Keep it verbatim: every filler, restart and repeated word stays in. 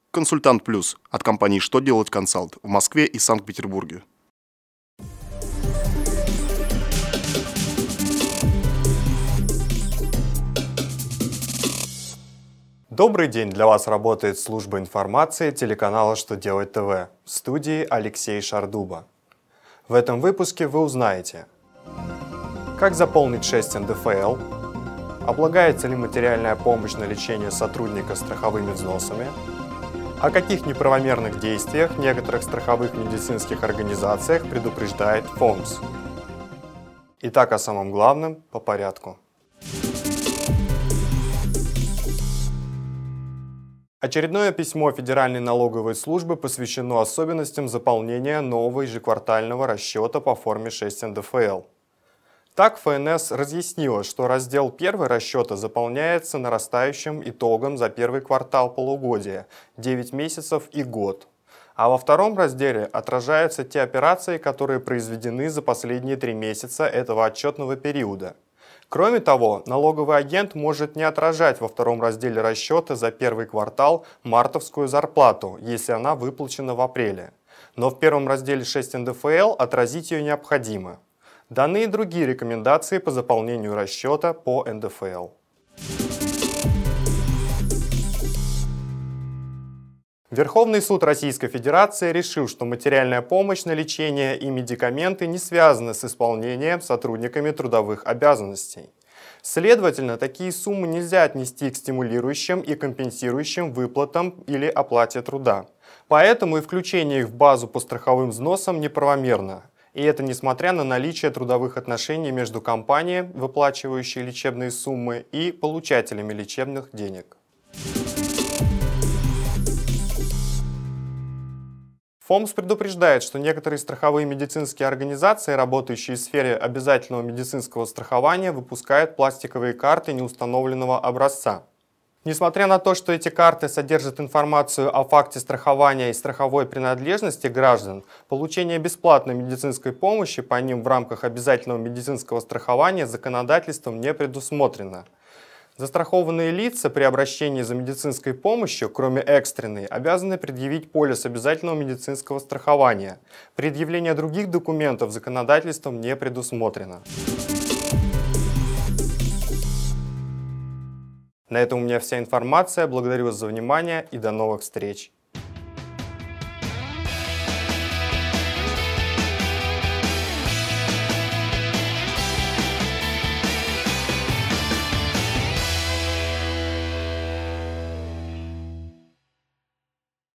Консультант Плюс от компании «Что делать консалт» в Москве и Санкт-Петербурге. Добрый день! Для вас работает служба информации телеканала «Что делать ТВ» в студии Алексей Шардуба. В этом выпуске вы узнаете, как заполнить шесть эн дэ эф эл, облагается ли материальная помощь на лечение сотрудника страховыми взносами, о каких неправомерных действиях некоторых страховых медицинских организациях предупреждает ФОМС. Итак, о самом главном по порядку. Очередное письмо Федеральной налоговой службы посвящено особенностям заполнения нового ежеквартального расчета по форме шесть эн дэ эф эл. Так, эф эн эс разъяснила, что раздел первый расчета заполняется нарастающим итогом за первый квартал полугодия, девять месяцев и год. А во втором разделе отражаются те операции, которые произведены за последние три месяца этого отчетного периода. Кроме того, налоговый агент может не отражать во втором разделе расчета за первый квартал мартовскую зарплату, если она выплачена в апреле. Но в первом разделе шесть эн дэ эф эл отразить ее необходимо. Даны и другие рекомендации по заполнению расчета по эн дэ эф эл. Верховный суд Российской Федерации решил, что материальная помощь на лечение и медикаменты не связаны с исполнением сотрудниками трудовых обязанностей. Следовательно, такие суммы нельзя отнести к стимулирующим и компенсирующим выплатам или оплате труда. Поэтому и включение их в базу по страховым взносам неправомерно. И это несмотря на наличие трудовых отношений между компанией, выплачивающей лечебные суммы, и получателями лечебных денег. ФОМС предупреждает, что некоторые страховые медицинские организации, работающие в сфере обязательного медицинского страхования, выпускают пластиковые карты неустановленного образца. Несмотря на то, что эти карты содержат информацию о факте страхования и страховой принадлежности граждан, получение бесплатной медицинской помощи по ним в рамках обязательного медицинского страхования законодательством не предусмотрено. Застрахованные лица при обращении за медицинской помощью, кроме экстренной, обязаны предъявить полис обязательного медицинского страхования. Предъявление других документов законодательством не предусмотрено. На этом у меня вся информация. Благодарю вас за внимание и до новых встреч!